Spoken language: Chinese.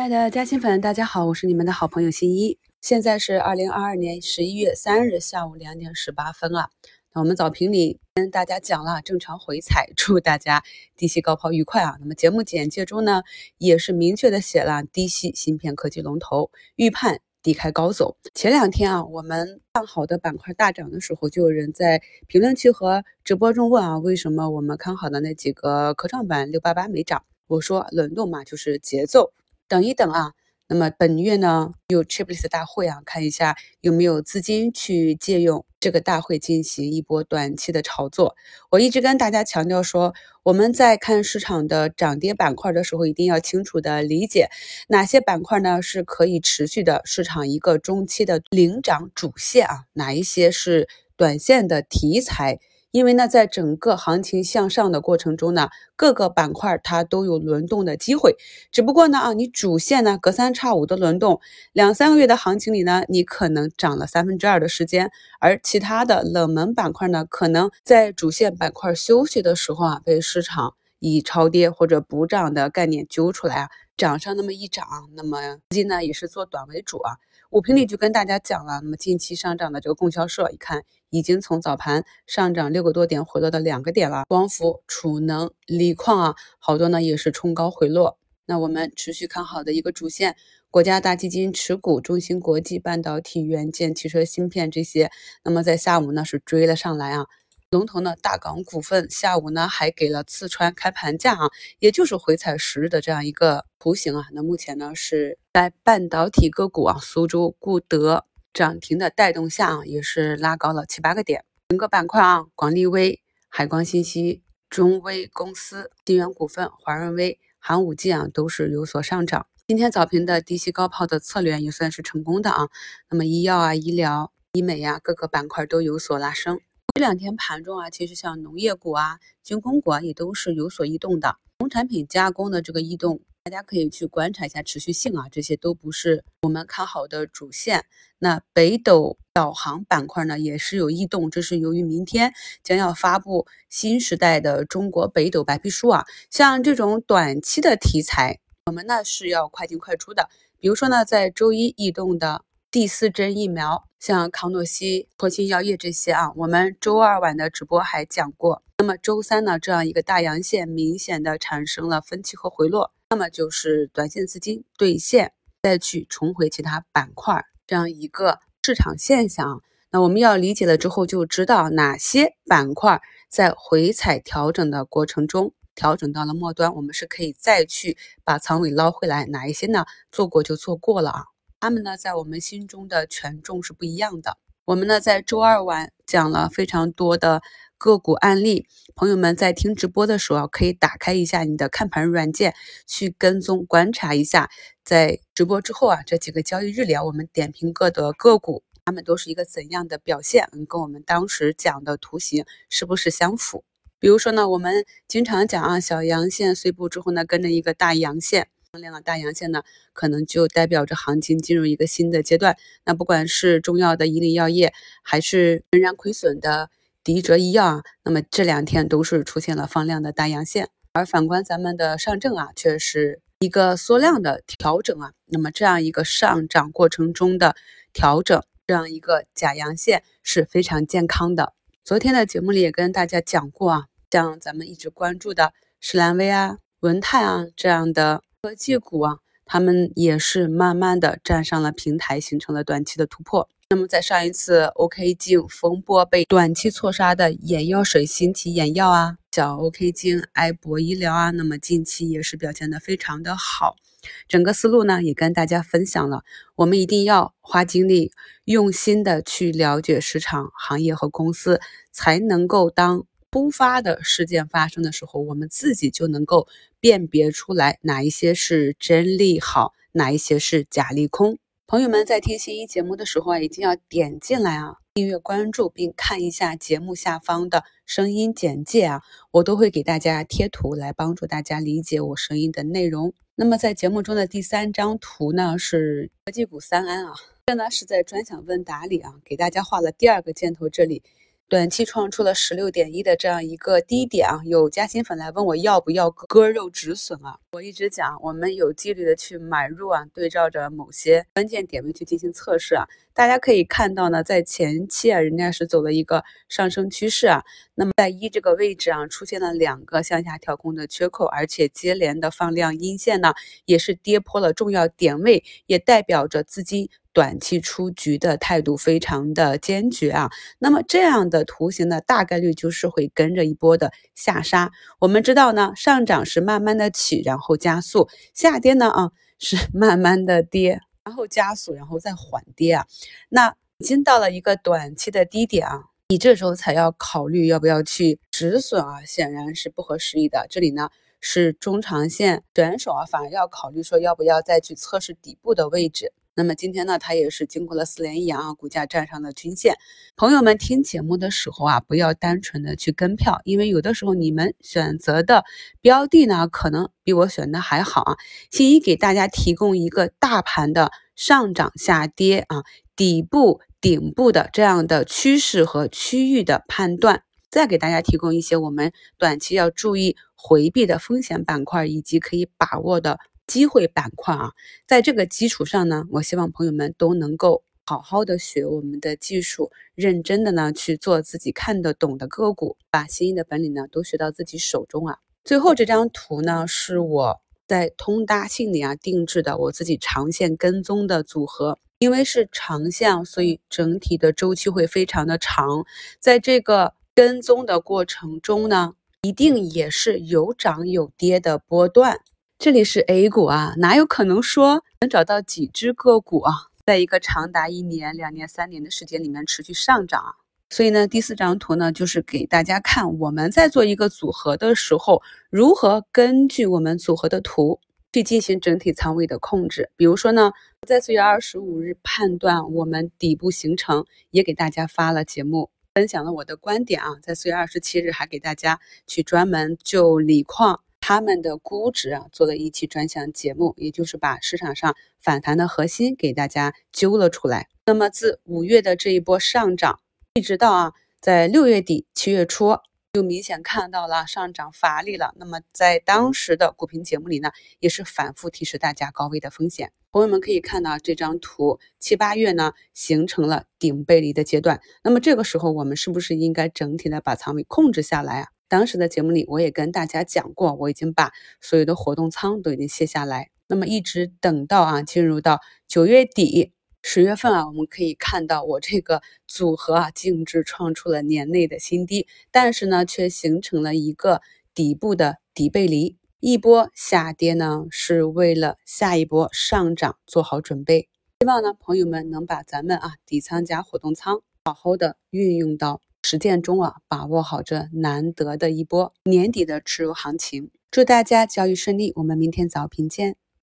爱的嘉兴粉，大家好，我是你们的好朋友新一。现在是2022年11月3日下午2点18分了。那我们早评里跟大家讲了正常回踩，祝大家低息高抛愉快啊。那么节目简介中呢，也是明确的写了低息芯片科技龙头，预判低开高走。前两天啊，我们看好的板块大涨的时候，就有人在评论区和直播中问啊，为什么我们看好的那几个科创板688没涨？我说轮动嘛，就是节奏。等一等啊，那么本月呢有 Chiplist 大会啊，看一下有没有资金去借用这个大会进行一波短期的炒作。我一直跟大家强调说，我们在看市场的涨跌板块的时候，一定要清楚的理解哪些板块呢是可以持续的市场一个中期的领涨主线啊，哪一些是短线的题材。因为呢，在整个行情向上的过程中呢，各个板块它都有轮动的机会。只不过呢，你主线呢隔三差五的轮动，2-3个月的行情里呢，你可能涨了2/3的时间，而其他的冷门板块呢，可能在主线板块休息的时候啊，被市场以超跌或者补涨的概念揪出来啊，涨上那么一涨，那么资金呢也是做短为主啊。午评里就跟大家讲了，那么近期上涨的这个供销社，一看已经从早盘上涨6个多点回落到2个点了。光伏、储能、锂矿啊，好多呢也是冲高回落。那我们持续看好的一个主线，国家大基金持股中芯国际、半导体元件、汽车芯片这些，那么在下午呢是追了上来啊。龙头呢，大港股份下午呢还给了刺穿开盘价啊，也就是回踩10日的这样一个图形啊。那目前呢是在半导体个股啊，苏州固德涨停的带动下啊，也是拉高了7-8个点。整个板块啊，广利威、海光信息、中微公司、金源股份、华润微、寒武纪啊都是有所上涨。今天早评的低息高抛的策略也算是成功的啊。那么医药啊、医疗、医美啊各个板块都有所拉升。这两天盘中啊，其实像农业股啊、军工股啊也都是有所异动的。农产品加工的这个异动，大家可以去观察一下持续性啊，这些都不是我们看好的主线。那北斗导航板块呢也是有异动，这是由于明天将要发布新时代的中国北斗白皮书啊。像这种短期的题材，我们呢是要快进快出的。比如说呢，在周一异动的第4针疫苗，像康诺西、拓新药业这些啊，我们周二晚的直播还讲过。那么周三呢，这样一个大阳线明显的产生了分歧和回落，那么就是短线资金兑现，再去重回其他板块这样一个市场现象。那我们要理解了之后，就知道哪些板块在回踩调整的过程中，调整到了末端，我们是可以再去把仓位捞回来。哪一些呢？做过就做过了啊。他们呢，在我们心中的权重是不一样的。我们呢，在周二晚讲了非常多的个股案例，朋友们在听直播的时候可以打开一下你的看盘软件，去跟踪观察一下，在直播之后啊，这几个交易日里啊，我们点评各的个股，他们都是一个怎样的表现，跟我们当时讲的图形是不是相符？比如说呢，我们经常讲啊，小阳线碎步之后呢，跟着一个大阳线。量的大阳线呢，可能就代表着行情进入一个新的阶段。那不管是重要的以岭药业，还是仍然亏损的迪哲医药啊，那么这2天都是出现了放量的大阳线。而反观咱们的上证啊，却是一个缩量的调整啊。那么这样一个上涨过程中的调整，这样一个假阳线是非常健康的。昨天的节目里也跟大家讲过啊，像咱们一直关注的石兰微啊、文泰啊这样的科技股啊，他们也是慢慢的站上了平台，形成了短期的突破。那么在上一次 OK 镜风波被短期错杀的眼药水新奇眼药啊、小 OK 镜埃博医疗啊，那么近期也是表现得非常的好。整个思路呢也跟大家分享了，我们一定要花精力用心的去了解市场、行业和公司，才能够当突发的事件发生的时候，我们自己就能够辨别出来哪一些是真利好，哪一些是假利空。朋友们在听新一节目的时候啊，一定要点进来啊，订阅关注，并看一下节目下方的声音简介啊，我都会给大家贴图来帮助大家理解我声音的内容。那么在节目中的第3张图呢，是科技股3安啊，这呢是在专享问答里啊，给大家画了第2个箭头，这里短期创出了16.1的这样一个低点啊，有嘉兴粉来问我要不要割肉止损啊？我一直讲，我们有纪律的去买入啊，对照着某些关键点位去进行测试啊。大家可以看到呢，在前期啊，人家是走了一个上升趋势啊，那么在这个位置啊，出现了2个向下调控的缺口，而且接连的放量阴线呢，也是跌破了重要点位，也代表着资金短期出局的态度非常的坚决啊。那么这样的图形呢，大概率就是会跟着一波的下杀。我们知道呢，上涨是慢慢的起，然后加速；下跌呢是慢慢的跌，然后加速，然后再缓跌啊。那已经到了一个短期的低点啊，你这时候才要考虑要不要去止损啊，显然是不合时宜的。这里呢是中长线选手啊，反而要考虑说要不要再去测试底部的位置。那么今天呢，它也是经过了4连阳啊，股价站上了均线。朋友们听节目的时候啊，不要单纯的去跟票，因为有的时候你们选择的标的呢，可能比我选的还好啊。新一给大家提供一个大盘的上涨下跌啊，底部顶部的这样的趋势和区域的判断，再给大家提供一些我们短期要注意回避的风险板块以及可以把握的机会板块啊。在这个基础上呢，我希望朋友们都能够好好的学我们的技术，认真的呢去做自己看得懂的个股，把新的本领呢都学到自己手中啊。最后这张图呢是我在通达信里定制的我自己长线跟踪的组合，因为是长线，所以整体的周期会非常的长。在这个跟踪的过程中呢，一定也是有涨有跌的波段。这里是 A 股啊，哪有可能说能找到几只个股啊，在一个长达1年、2年、3年的时间里面持续上涨啊？所以呢，第4张图呢，就是给大家看我们在做一个组合的时候，如何根据我们组合的图去进行整体仓位的控制。比如说呢，在4月25日判断我们底部形成，也给大家发了节目，分享了我的观点啊。在4月27日还给大家去专门就锂矿他们的估值做了一期专项节目，也就是把市场上反弹的核心给大家揪了出来。那么自5月的这一波上涨，一直到在6月底7月初，就明显看到了上涨乏力了。那么在当时的股评节目里呢，也是反复提示大家高位的风险。朋友们可以看到这张图，7、8月呢形成了顶背离的阶段。那么这个时候我们是不是应该整体的把仓位控制下来啊？当时的节目里我也跟大家讲过，我已经把所有的活动仓都已经卸下来。那么一直等到进入到9月底10月份我们可以看到我这个组合净值创出了年内的新低，但是呢却形成了一个底部的底背离，一波下跌呢是为了下一波上涨做好准备。希望呢朋友们能把咱们底仓加活动仓好好的运用到实践中把握好这难得的一波年底的持有行情。祝大家交易顺利，我们明天早评见。